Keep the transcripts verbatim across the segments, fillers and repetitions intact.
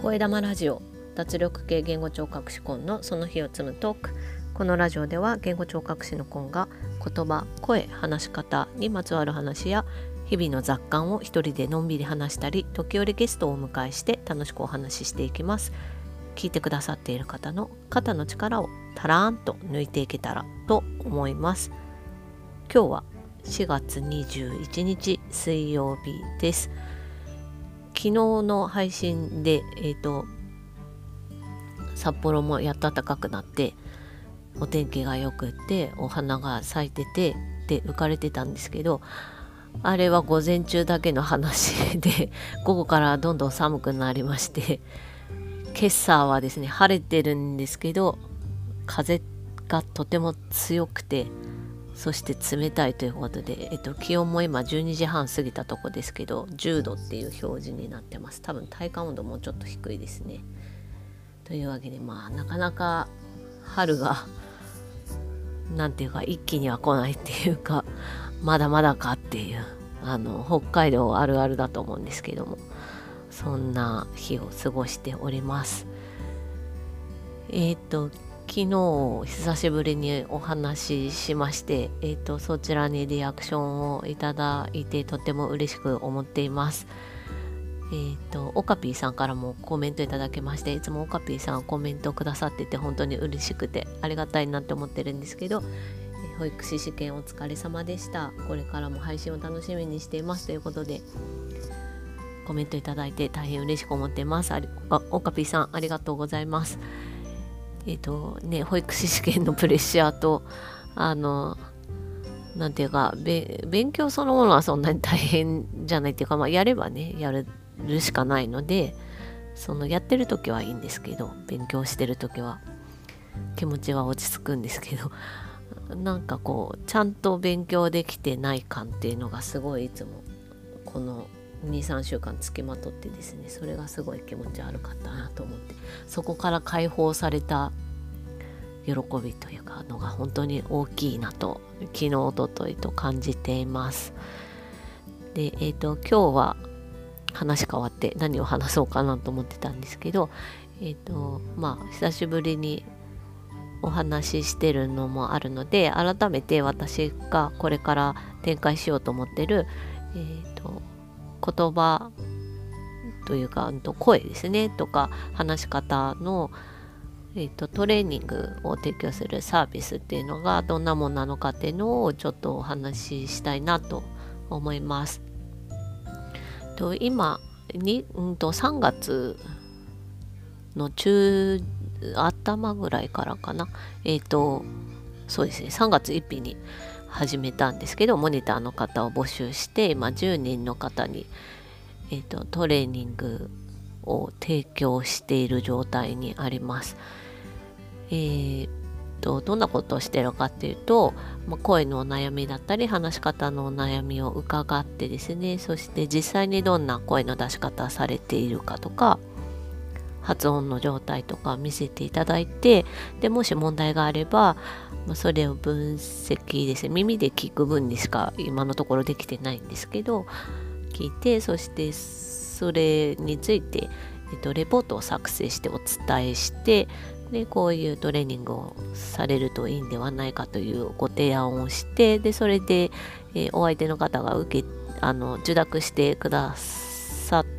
声玉ラジオ、脱力系言語聴覚士コンのその日を積むトーク。このラジオでは言語聴覚士のコンが言葉、声、話し方にまつわる話や日々の雑感を一人でのんびり話したり、時折ゲストをお迎えして楽しくお話ししていきます。聞いてくださっている方の肩の力をたらーんと抜いていけたらと思います。今日はしがつにじゅういちにち水曜日です。昨日の配信で、えーと、札幌もやっと暖かくなってお天気がよくってお花が咲いててで浮かれてたんですけど、あれは午前中だけの話で午後からどんどん寒くなりまして、今朝はですね晴れてるんですけど風がとても強くて、そして冷たいということで、えっと、気温も今じゅうにじはん過ぎたとこですけどじゅうどっていう表示になってます。多分体感温度もうちょっと低いですね。というわけでまあなかなか春がなんていうか一気には来ないっていうか、まだまだかっていうあの北海道あるあるだと思うんですけども、そんな日を過ごしております。えっと昨日久しぶりにお話ししまして、えーと、そちらにリアクションをいただいてとても嬉しく思っています。えーと、オカピーさんからもコメントいただけまして、いつもオカピーさんコメントくださってて本当に嬉しくてありがたいなって思ってるんですけど、えー、保育士試験お疲れ様でした。これからも配信を楽しみにしていますということでコメントいただいて大変嬉しく思っています。ありオカピーさんありがとうございます。えっとね、保育士試験のプレッシャーとあのなんていうか勉強そのものはそんなに大変じゃないっていうか、まあ、やればねやるしかないので、そのやってる時はいいんですけど、勉強してる時は気持ちは落ち着くんですけど、なんかこうちゃんと勉強できてない感っていうのがすごいいつもこのにさんしゅうかんつきまとってですね、それがすごい気持ち悪かったなと思って、そこから解放された喜びというかのが本当に大きいなと昨日おとといと感じています。で、えっと今日は話変わって何を話そうかなと思ってたんですけど、えっとまあ久しぶりにお話ししてるのもあるので、改めて私がこれから展開しようと思ってるえっと言葉というか声ですねとか話し方の、えー、とトレーニングを提供するサービスっていうのがどんなものなのかっていうのをちょっとお話ししたいなと思います。と今に、うんとさんがつの中頭ぐらいからかな、えっ、ー、とそうですねさんがつついたちに始めたんですけど、モニターの方を募集して今じゅうにんの方に、えーと、トレーニングを提供している状態にあります。えーとどんなことをしてるかっていうと、まあ、声のお悩みだったり話し方のお悩みを伺ってですね、そして実際にどんな声の出し方されているかとか発音の状態とか見せていただいて、でもし問題があればそれを分析ですね、耳で聞く分にしか今のところできてないんですけど聞いて、そしてそれについて、えっと、レポートを作成してお伝えして、でこういうトレーニングをされるといいんではないかというご提案をして、でそれで、えー、お相手の方が受けあの受諾してくださって、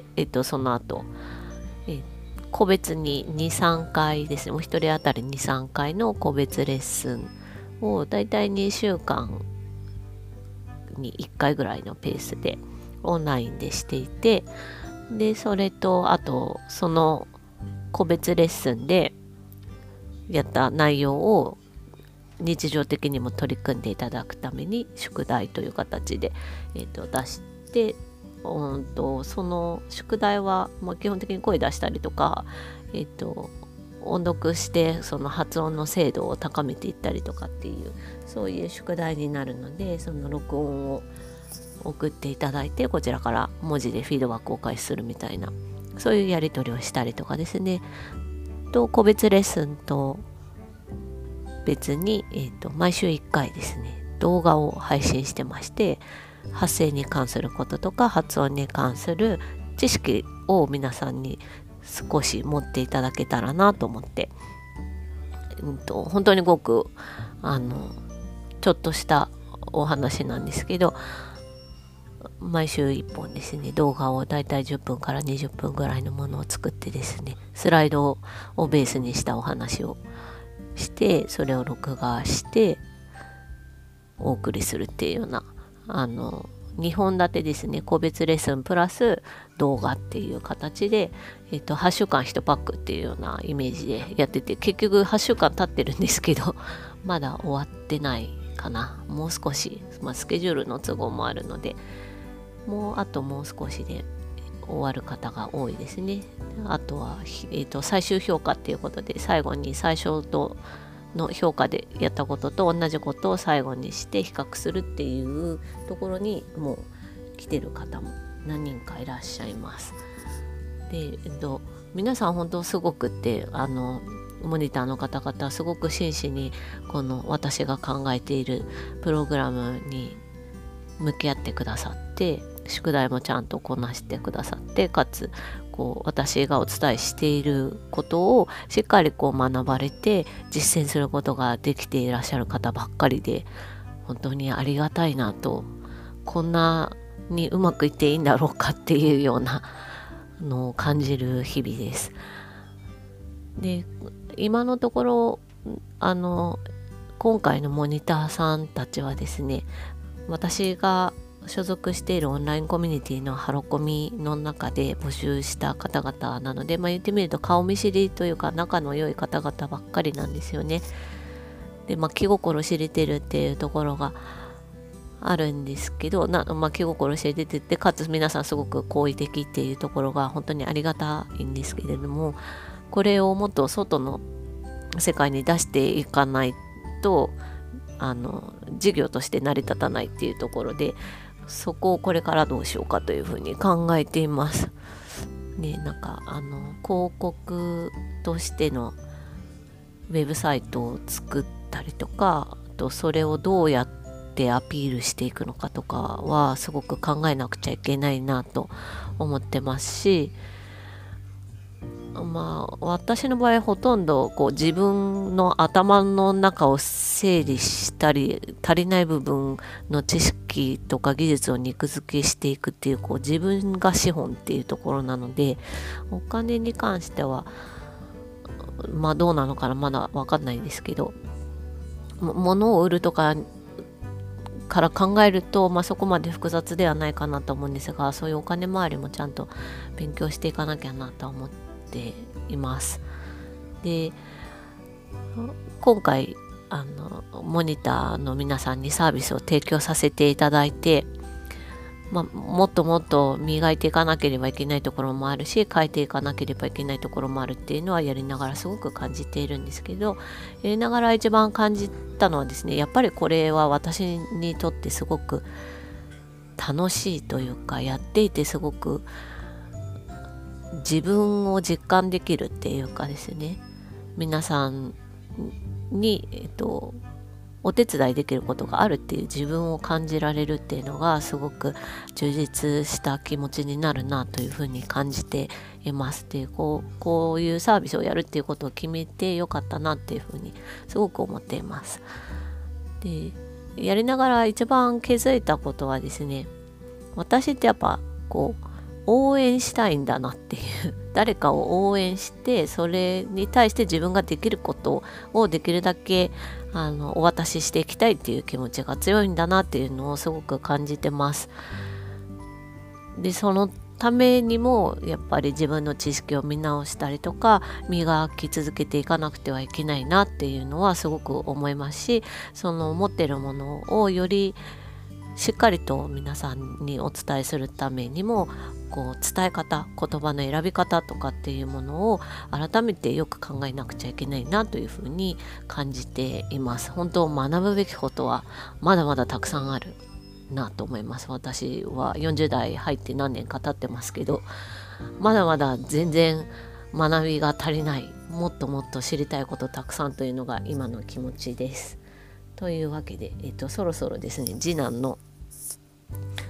えっと、その後、えー個別ににさんかいですね、もうひとり当たりにさんかいの個別レッスンをだいたいにしゅうかんにいっかいぐらいのペースでオンラインでしていて、でそれとあとその個別レッスンでやった内容を日常的にも取り組んでいただくために宿題という形で、えーと、出してうんとその宿題は、まあ、基本的に声出したりとか、えっと、音読してその発音の精度を高めていったりとかっていうそういう宿題になるので、その録音を送っていただいてこちらから文字でフィードバックをお返しするみたいな、そういうやり取りをしたりとかですね。と個別レッスンと別に、えっと、毎週いっかいですね動画を配信してまして、発声に関することとか発音に関する知識を皆さんに少し持っていただけたらなと思って、うんと、本当にごくあのちょっとしたお話なんですけど、毎週いっぽんですね、動画をだいたいじゅっぷんからにじゅっぷんぐらいのものを作ってですね、スライドをベースにしたお話をして、それを録画してお送りするっていうような、あのにほん立てですね、個別レッスンプラス動画っていう形で、えっと、はちしゅうかんいちパックっていうようなイメージでやってて、結局はちしゅうかん経ってるんですけど、まだ終わってないかな。もう少し、まあ、スケジュールの都合もあるので、もうあともう少しで終わる方が多いですね。あとは、えっと、最終評価っていうことで、最後に最初との評価でやったことと同じことを最後にして比較するっていうところにもう来てる方も何人かいらっしゃいます。で、えっと、皆さん本当すごくってあのモニターの方々すごく真摯にこの私が考えているプログラムに向き合ってくださって、宿題もちゃんとこなしてくださって、かつこう私がお伝えしていることをしっかりこう学ばれて実践することができていらっしゃる方ばっかりで、本当にありがたいなと、こんなにうまくいっていいんだろうかっていうようなのを感じる日々です。で、今のところあの今回のモニターさんたちはですね、私が所属しているオンラインコミュニティのハロコミの中で募集した方々なので、まあ、言ってみると顔見知りというか仲の良い方々ばっかりなんですよね。で、まあ、気心知れてるっていうところがあるんですけど、な、まあ、気心知れてて、かつ皆さんすごく好意的っていうところが本当にありがたいんですけれども、これをもっと外の世界に出していかないとあの事業として成り立たないっていうところで、そこをこれからどうしようかというふうに考えています。ね、なんかあの広告としてのウェブサイトを作ったりとか、あとそれをどうやってアピールしていくのかとかはすごく考えなくちゃいけないなと思ってますし、まあ私の場合ほとんどこう自分の頭の中を整理したり、足りない部分の知識とか技術を肉付けしていくっていう、こう自分が資本っていうところなので、お金に関してはまあどうなのかな、まだわかんないんですけど、物を売るとかから考えると、まあ、そこまで複雑ではないかなと思うんですが、そういうお金回りもちゃんと勉強していかなきゃなと思ってています。で、今回あのモニターの皆さんにサービスを提供させていただいて、まあ、もっともっと磨いていかなければいけないところもあるし、変えていかなければいけないところもあるっていうのはやりながらすごく感じているんですけど、やりながら一番感じたのはですね、やっぱりこれは私にとってすごく楽しいというか、やっていてすごく自分を実感できるっていうかですね、皆さんに、えっと、お手伝いできることがあるっていう自分を感じられるっていうのがすごく充実した気持ちになるなというふうに感じています。で、こう、こういうサービスをやるっていうことを決めてよかったなっていうふうにすごく思っています。で、やりながら一番気づいたことはですね、私ってやっぱこう応援したいんだなっていう誰かを応援して、それに対して自分ができることをできるだけあのお渡ししていきたいっていう気持ちが強いんだなっていうのをすごく感じてます。で、そのためにもやっぱり自分の知識を見直したりとか磨き続けていかなくてはいけないなっていうのはすごく思いますし、その持ってるものをよりしっかりと皆さんにお伝えするためにも、こう伝え方、言葉の選び方とかっていうものを改めてよく考えなくちゃいけないなというふうに感じています。本当学ぶべきことはまだまだたくさんあるなと思います。私はよんじゅう代入って何年か経ってますけど、まだまだ全然学びが足りない、もっともっと知りたいことたくさんというのが今の気持ちです。というわけで、えっと、そろそろですね、次男の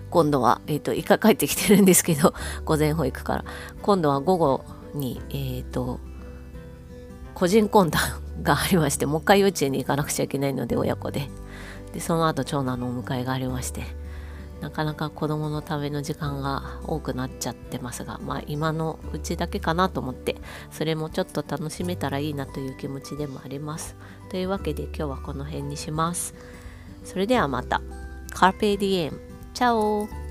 今度は、えーと、一回帰ってきてるんですけど、午前保育から。今度は午後に、えーと、個人懇談がありまして、もう一回幼稚園に行かなくちゃいけないので、親子で。で、その後、長男のお迎えがありまして、なかなか子供のための時間が多くなっちゃってますが、まあ今のうちだけかなと思って、それもちょっと楽しめたらいいなという気持ちでもあります。というわけで今日はこの辺にします。それではまた。カーペディエム。チャオ